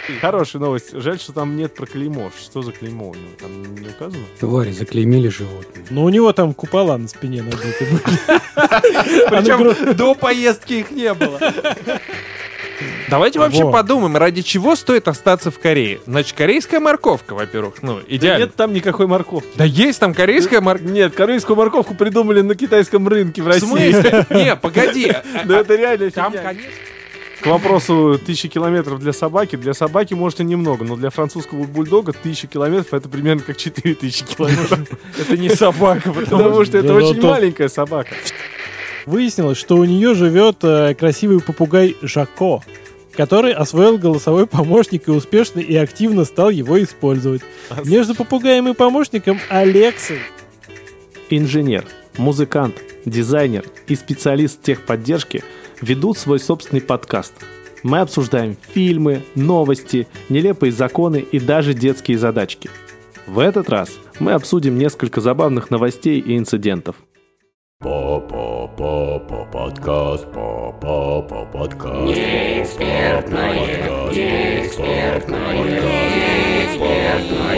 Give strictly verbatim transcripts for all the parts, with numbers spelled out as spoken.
Хорошая новость. Жаль, что там нет про клеймо. Что за клеймо у него? Там не указано? Твари заклеймили животные. Но у него там купола на спине набиты были. Причем до поездки их не было. Давайте вообще Во. подумаем, ради чего стоит остаться в Корее. Значит, корейская морковка, во-первых, ну, Да идеально. нет там никакой морковки. Да есть там корейская морковка. Нет, корейскую морковку придумали на китайском рынке в В России. смысле? Не, погоди. Да это реально Там, фигня. конечно. К вопросу тысячи километров для собаки. Для собаки, может, и немного, но для французского бульдога тысяча километров это примерно как четыре тысячи километров. Это не собака, Потому что это Да, очень то- маленькая собака. Выяснилось, что у нее живет э, красивый попугай Жако, который освоил голосовой помощник и успешно и активно стал его использовать. Между попугаем и помощником Алексой. Инженер, музыкант, дизайнер и специалист техподдержки ведут свой собственный подкаст. Мы обсуждаем фильмы, новости, нелепые законы и даже детские задачки. В этот раз мы обсудим несколько забавных новостей и инцидентов. По-по-по-по подкаст, по-по-по подкаст. Неэкспертное, неэкспертное, неэкспертное,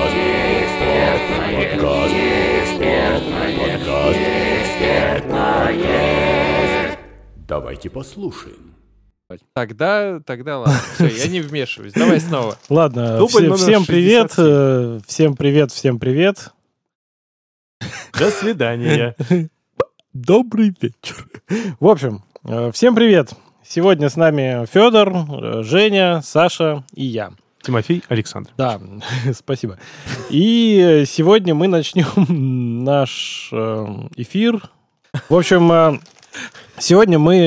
неэкспертное, неэкспертное, неэкспертное. Давайте послушаем. Тогда, тогда ладно. Все, я не вмешиваюсь. Давай снова. Ладно, Дубль все- номер всем привет, шестьдесят семь. э, всем привет, всем привет. До свидания. Добрый вечер. В общем, э, всем привет. Сегодня с нами Федор, э, Женя, Саша и я. Тимофей Александр. Да, спасибо. И сегодня мы начнем наш э, эфир. В общем, э, сегодня мы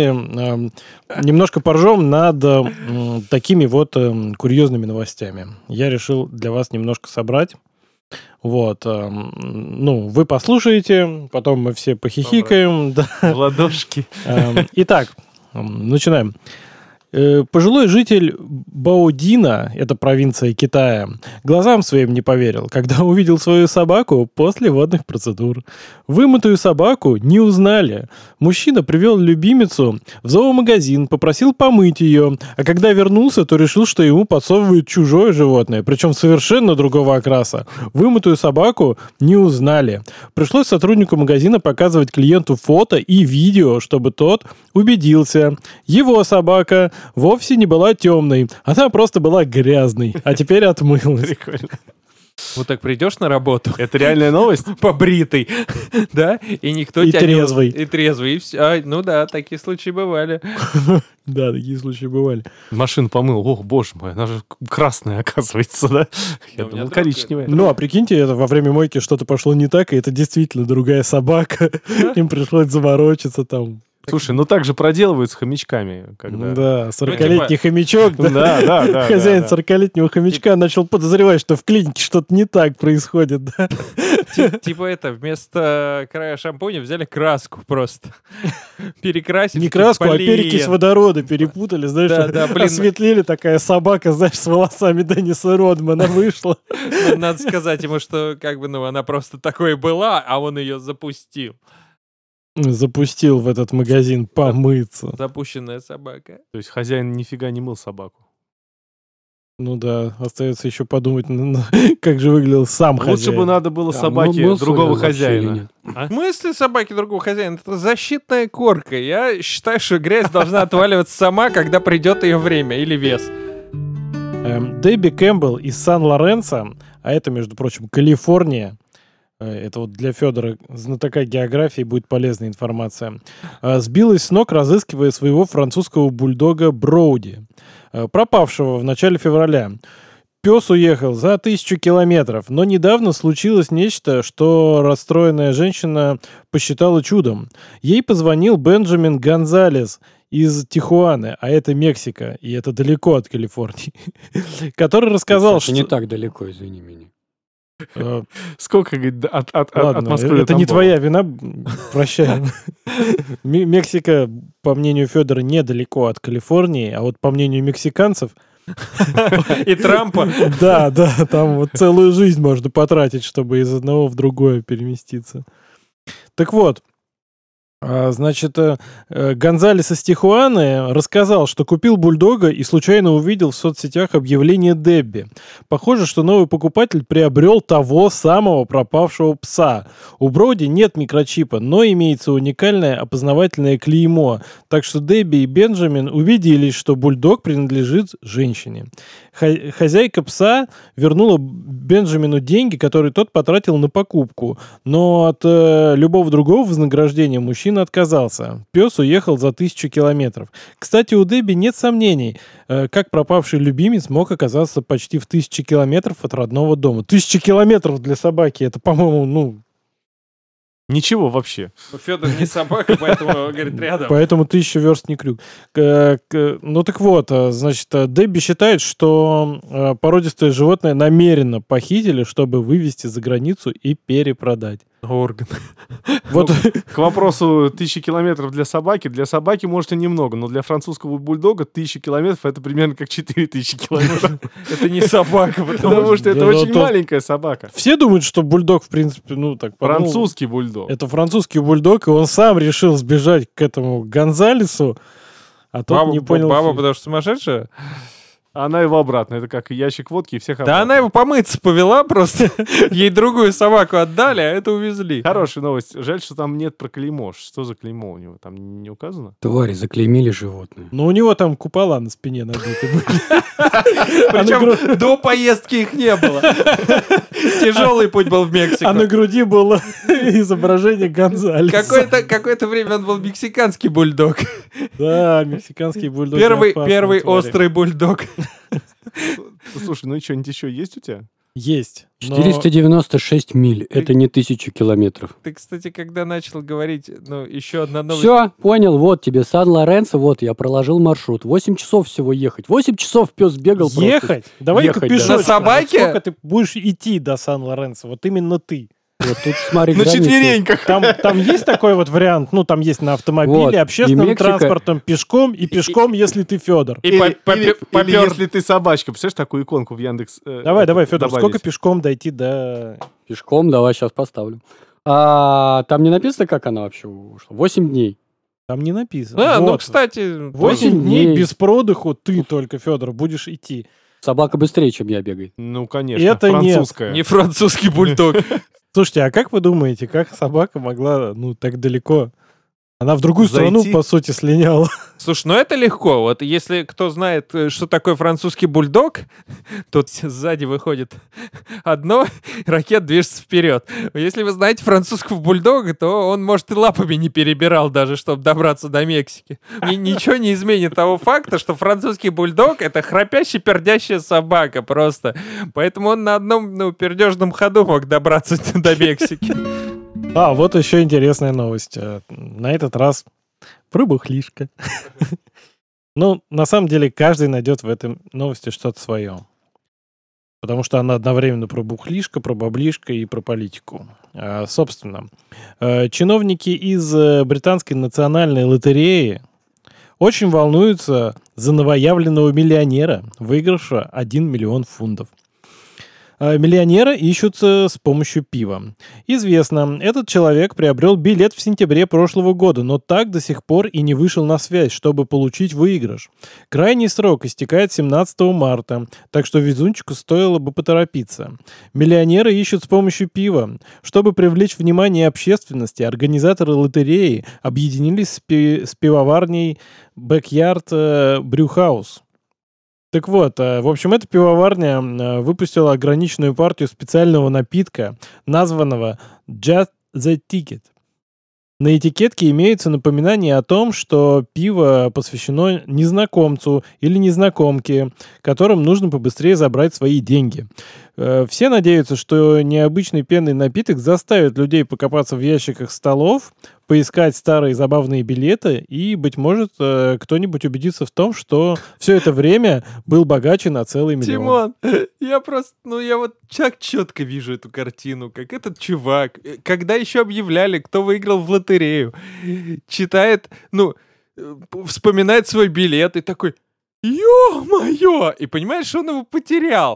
э, немножко поржем над э, м, такими вот э, курьезными новостями. Я решил для вас немножко собрать. Вот, э, ну, вы послушаете, потом мы все похихикаем. Да. В ладошки. Эм, Итак, эм, начинаем. Э, Пожилой житель Баодина, это провинция Китая, глазам своим не поверил, когда увидел свою собаку после водных процедур. Вымытую собаку не узнали. Мужчина привел любимицу в зоомагазин, попросил помыть ее, а когда вернулся, то решил, что ему подсовывают чужое животное, причем совершенно другого окраса. Вымытую собаку не узнали. Пришлось сотруднику магазина показывать клиенту фото и видео, чтобы тот убедился. Его собака вовсе не была темной, она просто была грязной, а теперь отмылась. Прикольно. Вот так придешь на работу, Это реальная новость? побритый, да, и никто И тебя не- трезвый. И трезвый, и все. А, ну да, такие случаи бывали. Да, такие случаи бывали. Машину помыл. Ох, боже мой, она же красная, оказывается, да? Я у меня думал, друг- коричневая. Ну, а прикиньте, это во время мойки что-то пошло не так, и это действительно другая собака. Им пришлось заморочиться там. Слушай, ну так же проделывают с хомячками, когда... Да, сорокалетний Ну, хомячок, да. Да, да, да. Хозяин да. сорокалетнего хомячка начал подозревать, что в клинике что-то не так происходит, да. Ти- Типа это, вместо края шампуня взяли краску просто. Перекрасили. Не краску, а Блин. перекись водорода перепутали, знаешь, Да, да, блин. осветлили, такая собака, знаешь, с волосами Денниса Родмана вышла. Ну, надо сказать ему, что как бы, ну, она просто такой была, а он ее запустил. Запустил в этот магазин помыться. Запущенная собака. То есть хозяин нифига не мыл собаку. Ну да, остается еще подумать, ну, ну, как же выглядел сам Лучше хозяин. бы надо было Да, собаке мыл- мыл другого Соня вообще или хозяина. нет? А? В смысле собаки другого хозяина? Это защитная корка. Я считаю, что грязь должна отваливаться сама, когда придет ее время или вес. Эм, Дебби Кэмпбелл из Сан-Лоренцо, а это, между прочим, Калифорния. Э, Это вот для Федора, знатока географии, будет полезная информация. Э, Сбилась с ног, разыскивая своего французского бульдога Броуди, э, пропавшего в начале февраля. Пес уехал за тысячу километров, но недавно случилось нечто, что расстроенная женщина посчитала чудом. Ей позвонил Бенджамин Гонзалес из Тихуаны, а это Мексика, и это далеко от Калифорнии, который рассказал, Кстати, что... не так далеко, извини меня. Э, Сколько, говорит, от, от, от- Ладно, от Москвы до это не Тамбова? твоя вина, прощаем. М- Мексика, по мнению Федора, недалеко от Калифорнии, а вот по мнению мексиканцев, И Трампа. да, да, там вот целую жизнь можно потратить, чтобы из одного в другое переместиться. Так вот, А, Значит, э, э, Гонзалес из Тихуаны рассказал, что купил бульдога и случайно увидел в соцсетях объявление Дебби. Похоже, что новый покупатель приобрел того самого пропавшего пса. У Броди нет микрочипа, но имеется уникальное опознавательное клеймо. Так что Дебби и Бенджамин убедились, что бульдог принадлежит женщине. Ха- Хозяйка пса вернула Бенджамину деньги, которые тот потратил на покупку. Но от э, любого другого вознаграждения мужчина отказался. Пес уехал за тысячу километров. Кстати, у Дебби нет сомнений, э, как пропавший любимец мог оказаться почти в тысяче километров от родного дома. Тысяча километров для собаки, это, по-моему, ну... Ничего вообще. Федор не собака, поэтому, говорит, рядом. Поэтому тысяча верст не крюк. К- к- Ну так вот, э, значит, э, Дебби считает, что э, породистое животное намеренно похитили, чтобы вывести за границу и перепродать. Орган. Вот К вопросу тысячи километров для собаки. Для собаки, может, и немного, но для французского бульдога тысяча километров — это примерно как четыре тысячи километров. Это не собака, потому Потому что это Да, очень то- маленькая собака. все думают, что бульдог, в принципе, ну так... подумал, Французский бульдог. Это французский бульдог, и он сам решил сбежать к этому Гонзалесу, а тот Баба, не понял. баба, фи- потому что сумасшедшая? А она его обратно. Это как ящик водки и всех обратно. Да она его помыться повела просто. Ей другую собаку отдали, а это увезли. Хорошая новость. Жаль, что там нет про клеймо. Что за клеймо у него? Там не указано? Твари заклеймили животное. Но у него там купола на спине набиты были. Причем до поездки их не было. Тяжелый путь был в Мексику. А на груди было изображение Гонзалеса. Какое-то, какое-то время он был мексиканский бульдог. Да, мексиканский бульдог. Первый, первый острый бульдог. Слушай, ну и что-нибудь еще есть у тебя? Есть. но- четыреста девяносто шесть миль. Это не тысячу километров. Ты, кстати, когда начал говорить, ну, еще одна новость. Все, понял, вот тебе Сан-Лоренцо, вот я проложил маршрут. восемь часов всего ехать. восемь часов пес бегал просто. Ехать? Давай-ка Ехать, да. пешочком. На собаке? Вот сколько ты будешь идти до Сан-Лоренцо? Вот именно ты. Вот тут смотри, На граница. четвереньках. Там, там есть такой вот вариант, ну, там есть на автомобиле, Вот, и общественным Мексика- транспортом, пешком, и пешком, если ты Федор. И Или, по- или- попе- или попер- если ты собачка. Представляешь, такую иконку в Яндекс э, Давай, давай, Федор, добавить? сколько пешком дойти до... Пешком, давай сейчас поставлю. А, там не написано, как она вообще ушла? восемь дней. Там не написано. А, ну, Вот. кстати, Восемь восемь дней дней. без продыху ты только, Федор, будешь идти. Собака быстрее, чем я бегает. Ну, конечно. Это нет. французская. не французский бульдог. Слушайте, а как вы думаете, как собака могла, ну, так далеко? Она в другую Зайти? страну, по сути, слиняла. Слушай, ну это легко. Вот если кто знает, э, что такое французский бульдог, тут сзади выходит одно, ракет движется вперед. Если вы знаете французского бульдога, то он, может, и лапами не перебирал даже, чтобы добраться до Мексики. Ни- ничего не изменит того факта, что французский бульдог — это храпящая, пердящая собака просто. Поэтому он на одном, ну, пердежном ходу мог добраться до Мексики. А, вот еще интересная новость. Э, На этот раз про бухлишко. Ну, на самом деле, каждый найдет в этой новости что-то свое. Потому что она одновременно про бухлишко, про баблишко и про политику. А, Собственно, э, чиновники из э, Британской национальной лотереи очень волнуются за новоявленного миллионера, выигравшего один миллион фунтов. Э, Миллионера ищутся с помощью пива. Известно, этот человек приобрел билет в сентябре прошлого года, но так до сих пор и не вышел на связь, чтобы получить выигрыш. Крайний срок истекает семнадцатого марта, так что везунчику стоило бы поторопиться. Миллионеры ищут с помощью пива. Чтобы привлечь внимание общественности, организаторы лотереи объединились с, пи- с пивоварней Backyard э, Brewhouse. Так вот, э, в общем, эта пивоварня э, выпустила ограниченную партию специального напитка, названного Just the Ticket. На этикетке имеется напоминание о том, что пиво посвящено незнакомцу или незнакомке, которым нужно побыстрее забрать свои деньги. Э, Все надеются, что необычный пенный напиток заставит людей покопаться в ящиках столов, поискать старые забавные билеты, и, быть может, э, кто-нибудь убедится в том, что все это время был богаче на целый миллион. Тимон, я просто, ну я вот так четко вижу эту картину, как этот чувак, э, когда еще объявляли, кто выиграл в лотерею, читает, ну, э, п- вспоминает свой билет и такой, ё-моё, и понимаешь, что он его потерял.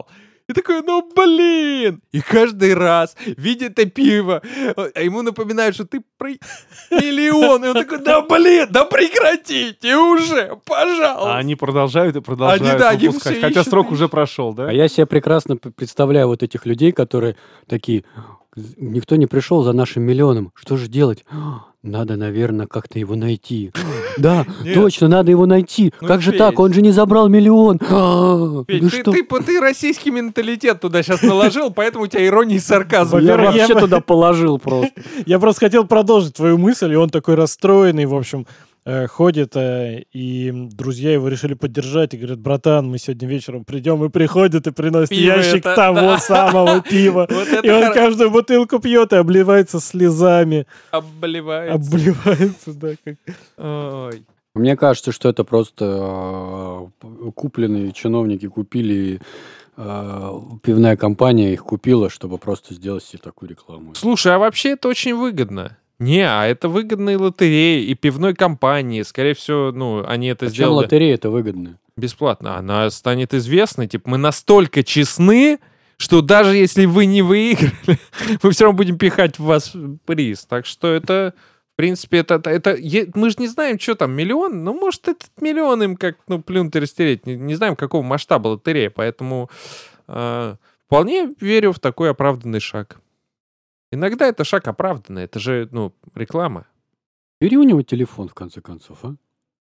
И такой, ну блин! И каждый раз, видя это пиво, а ему напоминают, что ты про миллион. И он такой, да блин, да прекратите уже, пожалуйста. А они продолжают и продолжают Они, да, они выпускать, все хотя ищут, срок ищут. уже прошел, да? А я себе прекрасно п- представляю вот этих людей, которые такие, никто не пришел за нашим миллионом, что же делать? Надо, наверное, как-то его найти. Да, Нет. точно, надо его найти. Ну, Как же Петь. так? Он же не забрал миллион. А, Петь, ну ты, что? ты, ты российский менталитет туда сейчас наложил, поэтому у тебя ирония и сарказм. Я Во-первых, вообще я- туда положил просто. Я просто хотел продолжить твою мысль, и он такой расстроенный, в общем, э, ходит, э, и друзья его решили поддержать, и говорят, братан, мы сегодня вечером придем, и приходят, и приносят Пиво ящик это, того да. самого пива. Вот это И он хор- каждую бутылку пьет и обливается слезами. обливается. Обливается, да. Как... Ой. Мне кажется, что это просто э, купленные чиновники купили, э, пивная компания их купила, чтобы просто сделать себе такую рекламу. Слушай, а вообще это очень выгодно. Не, а это выгодно и лотереи, и пивной компании. Скорее всего, ну, они это Зачем сделали лотерея это выгодно? бесплатно. Она станет известной. Типа, мы настолько честны, что даже если вы не выиграли, мы все равно будем пихать в вас приз. Так что это... В принципе, это, это, это е- мы же не знаем, что там, миллион. Ну, может, этот миллион им как, ну, плюнуть и растереть. Не, не знаем, какого масштаба лотерея. Поэтому э, вполне верю в такой оправданный шаг. Иногда это шаг оправданный. Это же, ну, реклама. Бери у него телефон, в конце концов, а?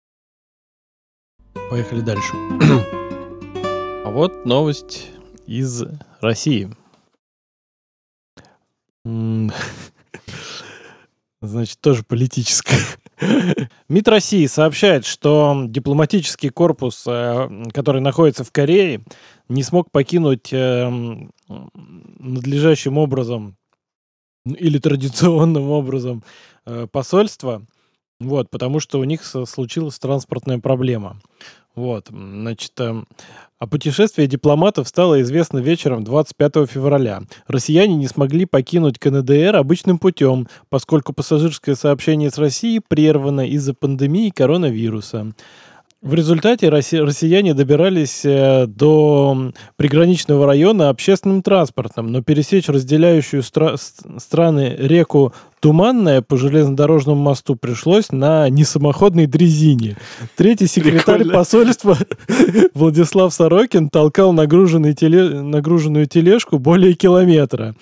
Поехали дальше. А вот новость из России. М, Значит, тоже политическая. МИД России сообщает, что дипломатический корпус, э, который находится в Корее, не смог покинуть э, надлежащим образом или традиционным образом э, посольство, вот, потому что у них со- случилась транспортная проблема. Вот, значит, э, о путешествии дипломатов стало известно вечером двадцать пятого февраля. Россияне не смогли покинуть КНДР обычным путем, поскольку пассажирское сообщение с Россией прервано из-за пандемии коронавируса. В результате росси- россияне добирались э, до приграничного района общественным транспортом, но пересечь разделяющую стра- с- страны реку Туманная по железнодорожному мосту пришлось на несамоходной дрезине. Третий секретарь Прикольно. посольства Владислав Сорокин толкал нагруженный теле- нагруженную тележку более километра.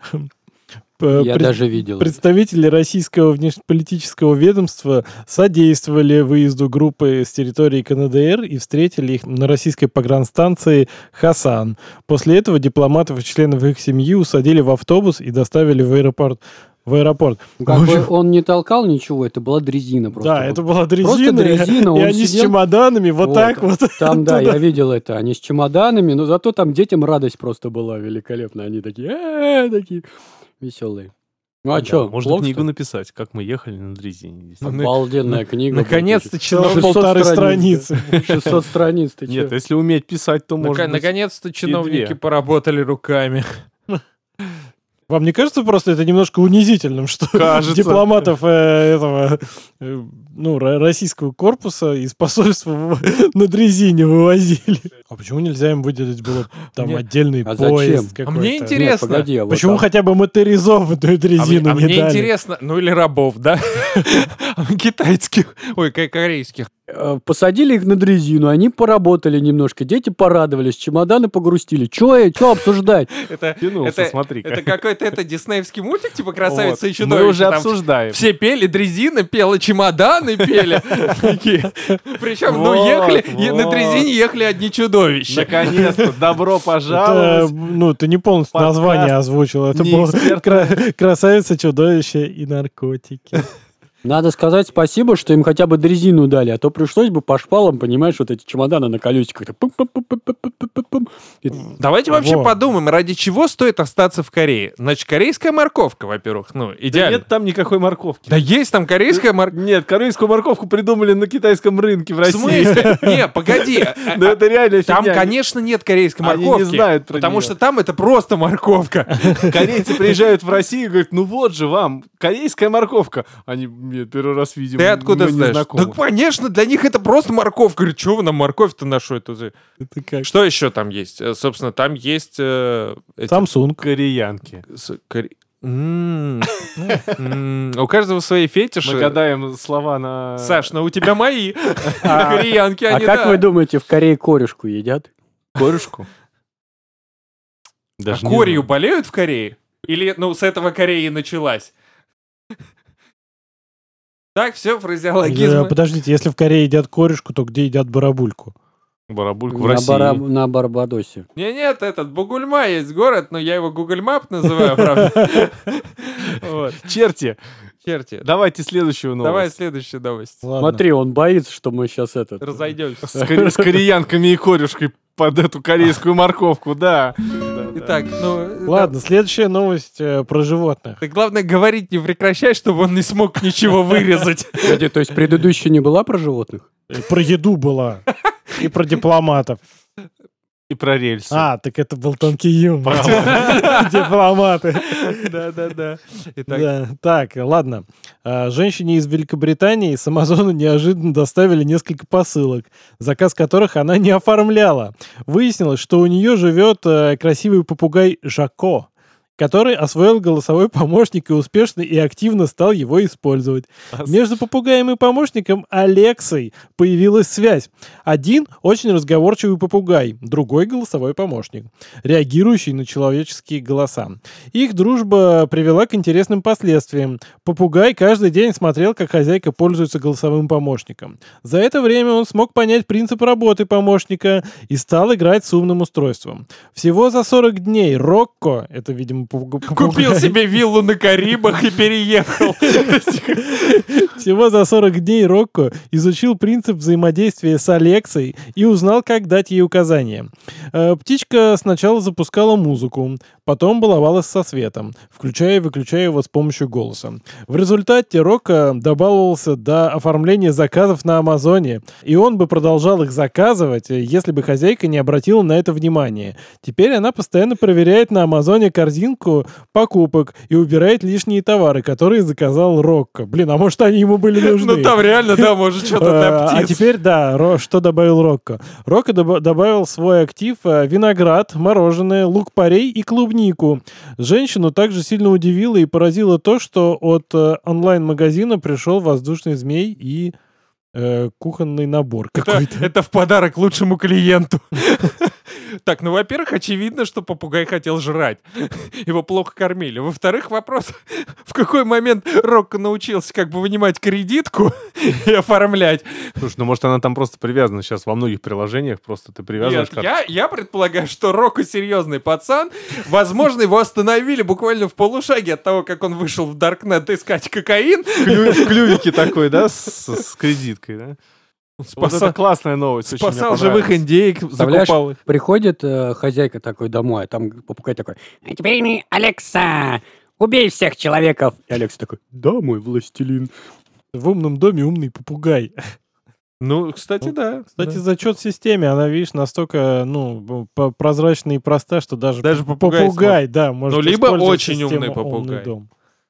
П- Я пред- даже видел. это. Представители российского внешнеполитического ведомства содействовали выезду группы с территории КНДР и встретили их на российской погранстанции Хасан. После этого дипломатов и членов их семьи усадили в автобус и доставили в аэропорт. В аэропорт. Ну, Как В бы общем, он не толкал ничего, это была дрезина просто. да, была. это была дрезина, дрезина, и он они с сидел- чемоданами вот, Вот, так вот. Там, да, туда. я видел это. Они с чемоданами, но зато там детям радость просто была великолепная. Они такие, «Э-э-э», такие веселые. Ну а Да, что, можно книгу написать, как мы ехали на дрезине. Ну, на- Обалденная книга. Наконец-то Целых чиновники... полторы страницы. шестьсот страниц, ты Нет, чё? если уметь писать, то Нак- можно... Наконец-то чиновники две. поработали руками. Вам не кажется просто это немножко унизительным, что Кажется. дипломатов э, этого э, ну, ро- российского корпуса из посольства в- на дрезине вывозили? А почему нельзя им выделить было там Мне- отдельный А поезд зачем? А мне какой-то? интересно. Нет, погоди, а вот Почему там- хотя бы моторизованную А мне, дрезину а не мне дали? интересно, ну или рабов, да? Китайских, ой, ко- корейских. Э, Посадили их на дрезину, они поработали немножко, дети порадовались, чемоданы погрустили. Чё, э, чё обсуждать? Это, Тянулся, это, смотри-ка. это какой-то это диснеевский мультик, типа «Красавица Вот. и чудовище». Мы уже там обсуждаем. Все пели, дрезина пела, чемоданы пели. Такие. Причем, ну, Вот, ехали, и на вот. дрезине ехали одни чудовища. Наконец-то, добро Это, пожаловать. ну, ты не полностью Подкаст название озвучил. Это не было экспертное. кра- «Красавица, чудовище и наркотики». Надо сказать спасибо, что им хотя бы дрезину дали, а то пришлось бы по шпалам, понимаешь, вот эти чемоданы на колесиках. так пум-пум-пум-пум-пум-пум-пум. И Давайте вообще Во. подумаем, ради чего стоит остаться в Корее. Значит, корейская морковка, во-первых, ну, Да идеально. нет там никакой морковки. Да есть там корейская морковка. Нет, корейскую морковку придумали на китайском рынке в В России. смысле? Не, погоди. А- Да это реально Там, фигня. конечно, нет корейской Они морковки. не знают про Потому неё. что там это просто морковка. Корейцы приезжают в Россию и говорят, ну вот же вам, корейская морковка. Они, Нет, первый раз видим. Ты откуда мы не знаешь? знакомы. Да, конечно, для них это просто морковка. Говорю, что вы нам морковь-то на что это? за-?» Это как? Что еще там есть? Э, Собственно, там есть... э, эти- Samsung. Кореянки. с- кори- М, м, У каждого свои Мы фетиши. гадаем слова на... Саш, ну у тебя мои. А Кореянки, а они, как да. вы думаете, в Корее корешку едят? Корюшку. А Даже не корью знаю. болеют в Корее? Или, ну, с этого Корея и началась? Так, все, Э, фразеологизмы. Подождите, если в Корее едят корешку, то где едят барабульку? Барабульку в На, России. Бара- на Барбадосе. Не, нет, этот Бугульма есть город, но я его Google Map называю, правда. Вот. Черти, Черти. давайте следующую новость. Давай следующую новость. Ладно. Смотри, он боится, что мы сейчас этот... Разойдемся. С, кори- с кореянками и корюшкой под эту корейскую морковку, да. Да, да. Итак, ну... Ладно, следующая новость э, про животных. Ты, главное, говорить не прекращай, чтобы он не смог ничего вырезать. Подожди, то есть предыдущая не была про животных? Э, Про еду была. И про дипломатов. И про рельсы. А, так это был тонкий юмор. Дипломаты. Да-да-да. Итак, Да. Так, ладно. А, Женщине из Великобритании с Амазона неожиданно доставили несколько посылок, заказ которых она не оформляла. Выяснилось, что у нее живет э, красивый попугай Жако, который освоил голосовой помощник и успешно и активно стал его использовать. Между попугаем и помощником Алексой появилась связь. Один очень разговорчивый попугай, другой голосовой помощник, реагирующий на человеческие голоса. Их дружба привела к интересным последствиям. Попугай каждый день смотрел, как хозяйка пользуется голосовым помощником. За это время он смог понять принцип работы помощника и стал играть с умным устройством. Всего за сорок дней Рокко, это, видимо, попуг- попугай, купил себе виллу на Карибах и переехал. Всего за сорок дней Рокко изучил принцип взаимодействия с Алексой и узнал, как дать ей указания. Э, Птичка сначала запускала музыку, потом баловалась со светом, включая и выключая его с помощью голоса. В результате Рокко добавился до оформления заказов на Амазоне, и он бы продолжал их заказывать, э, если бы хозяйка не обратила на это внимания. Теперь она постоянно проверяет на Амазоне корзинку покупок и убирает лишние товары, которые заказал Рокко. Блин, а может они ему были нужны? Ну там реально, да, может что-то для А птиц. теперь, да, Ро- что добавил Рокко? Рокко добав- добавил в свой актив э, виноград, мороженое, лук-порей и клубнику. Женщину также сильно удивило и поразило то, что от э, онлайн-магазина пришел воздушный змей и э, кухонный набор Это, какой-то. это в подарок лучшему клиенту. Так, ну, во-первых, очевидно, что попугай хотел жрать. Его плохо кормили. Во-вторых, вопрос, в какой момент Рокко научился как бы вынимать кредитку и оформлять. Слушай, ну может она там просто привязана сейчас во многих приложениях, просто ты привязываешь Нет, карту. я, я предполагаю, что Рокко серьезный пацан. Возможно, его остановили буквально в полушаге от того, как он вышел в Даркнет искать кокаин. Клю- В клювике такой, да, с, с кредиткой, да? Вот Спасал, это классная новость. очень мне спасал живых понравилась. индеек, Представляешь, закупал их. приходит э, хозяйка такой домой, а там попугай такой: А теперь мы, Алекса, убей всех человеков. и Алекс такой: да, мой властелин. В умном доме умный попугай. Ну, кстати, да. Кстати, да. зачет системе, она, видишь, настолько, ну, п- прозрачная и проста, что даже, Даже п- попугай попугай, да, может Ну, либо использовать очень систему умный попугай. дом.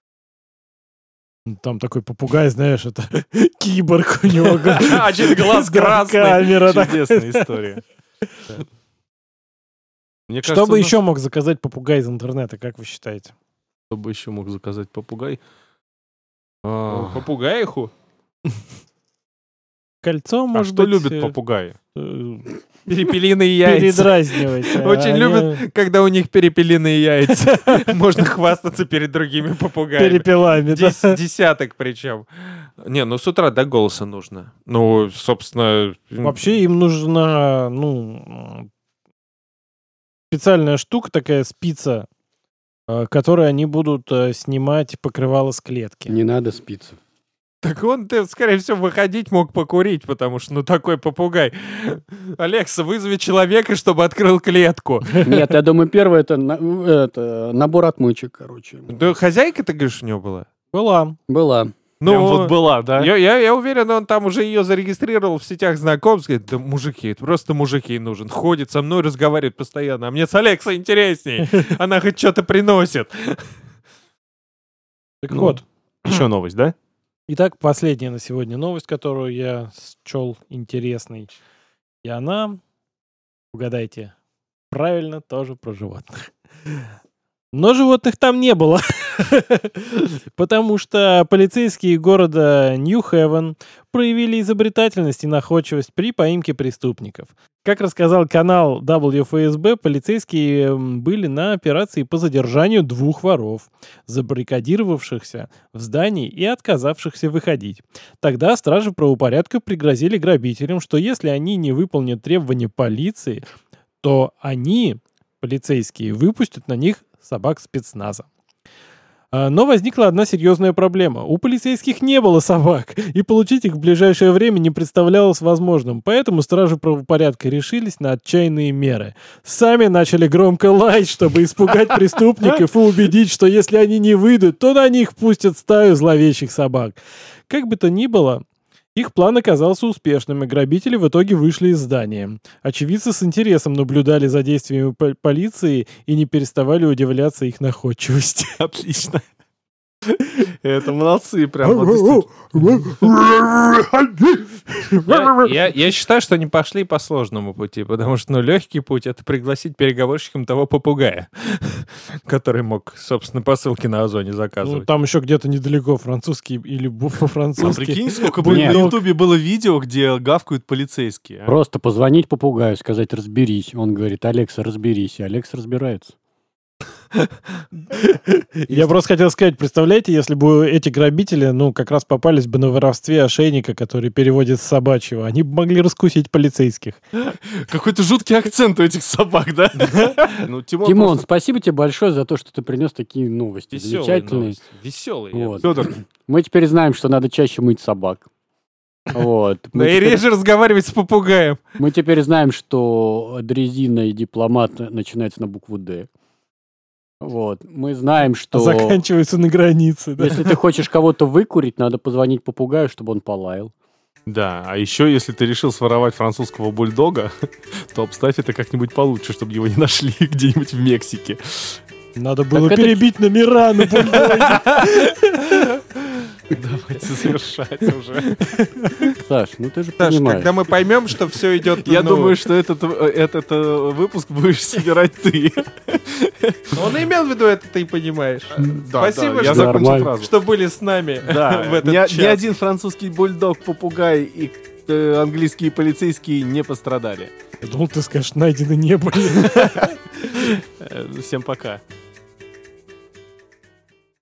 Там такой попугай, знаешь, это киборг у него. Один глаз Да, красный. камера такая. Чудесная история. Да. Мне Что кажется, бы у нас- еще мог заказать попугай из интернета, как вы считаете? Что бы еще мог заказать попугай? А, Попугаиху? Кольцо, а может что быть, любят э, попугаи? э, Перепелиные яйца. передразнивать. а Очень они любят, когда у них перепелиные яйца. Можно хвастаться перед другими попугаями. перепелами, да. Дес- Десяток причем. Не, ну с утра до голоса нужно. Ну, собственно... Вообще им нужна, ну, специальная штука такая, спица, э, которой они будут э, снимать покрывало с клетки. Не надо спиться. Так он, ты, скорее всего, выходить мог покурить, потому что, ну, такой попугай. Алекса, вызови человека, чтобы открыл клетку. Нет, я думаю, первое это, на- это набор отмычек, короче. Да хозяйка, ты говоришь, у него была? Была. Была. Прям вот была, да? Я, я, я уверен, он там уже ее зарегистрировал в сетях знакомств. Говорит, да мужики, это просто мужики нужен. Ходит со мной, разговаривает постоянно. А мне с Алексой интересней. Она хоть что-то приносит. Так Ну, вот, Еще новость, да? Итак, последняя на сегодня новость, которую я счел интересной. И она, угадайте, правильно, тоже про животных. Но животных там не было, потому что полицейские города Нью-Хевен проявили изобретательность и находчивость при поимке преступников. Как рассказал канал дабл ю эф эс бэ, полицейские были на операции по задержанию двух воров, забаррикадировавшихся в здании и отказавшихся выходить. Тогда стражи правопорядка пригрозили грабителям, что если они не выполнят требования полиции, то они, полицейские, выпустят на них собак спецназа. Но возникла одна серьезная проблема. У полицейских не было собак, и получить их в ближайшее время не представлялось возможным. Поэтому стражи правопорядка решились на отчаянные меры. Сами начали громко лаять, чтобы испугать преступников и убедить, что если они не выйдут, то на них пустят стаю зловещих собак. Как бы то ни было, их план оказался успешным, и грабители в итоге вышли из здания. Очевидцы с интересом наблюдали за действиями по- полиции и не переставали удивляться их находчивости. Отлично. Это молодцы, прям. Вот Я, я, я считаю, что они пошли по сложному пути, потому что, ну, легкий путь — это пригласить переговорщиком того попугая, который мог, собственно, посылки на Озоне Ну, заказывать. там еще где-то недалеко французский или бу- А французский. прикинь, сколько бы на Нет. Ютубе было видео, где гавкают полицейские. а? Просто позвонить попугаю, сказать «разберись». Он говорит: «Алекса, разберись». И Алекс разбирается. Я просто хотел сказать, представляете, если бы эти грабители, ну, как раз попались бы на воровстве ошейника, который переводит с собачьего, они бы могли раскусить полицейских. Какой-то жуткий акцент у этих собак, да? Ну, Тимон, Тимон, просто- спасибо тебе большое за то, что ты принес такие новости. Веселые Замечательные. новости. Веселые. Вот. Фёдор, Мы теперь знаем, что надо чаще мыть собак. Вот. Да Мы и теперь- реже разговаривать с попугаем. Мы теперь знаем, что дрезина и дипломат начинается на букву «Д». Вот. Мы знаем, что Заканчивается на границе, да? если ты хочешь кого-то выкурить, надо позвонить попугаю, чтобы он полаял. да, а еще, если ты решил своровать французского бульдога, то обставь это как-нибудь получше, чтобы его не нашли где-нибудь в Мексике. Надо было это- перебить номера на бульдоге. Давайте завершать уже. Саш, ну ты же Саш, понимаешь. когда мы поймем, что все идет... Я ну, думаю, что этот, этот э, выпуск будешь собирать ты. Он имел в виду это, ты понимаешь. Да, Спасибо, да, я что- закончил Нормально. фразу. Что были с нами Да, в этот ни, час. ни один французский бульдог, попугай и э, английские полицейские не пострадали. Я думал, ты скажешь, найдены не были. Э, Всем пока.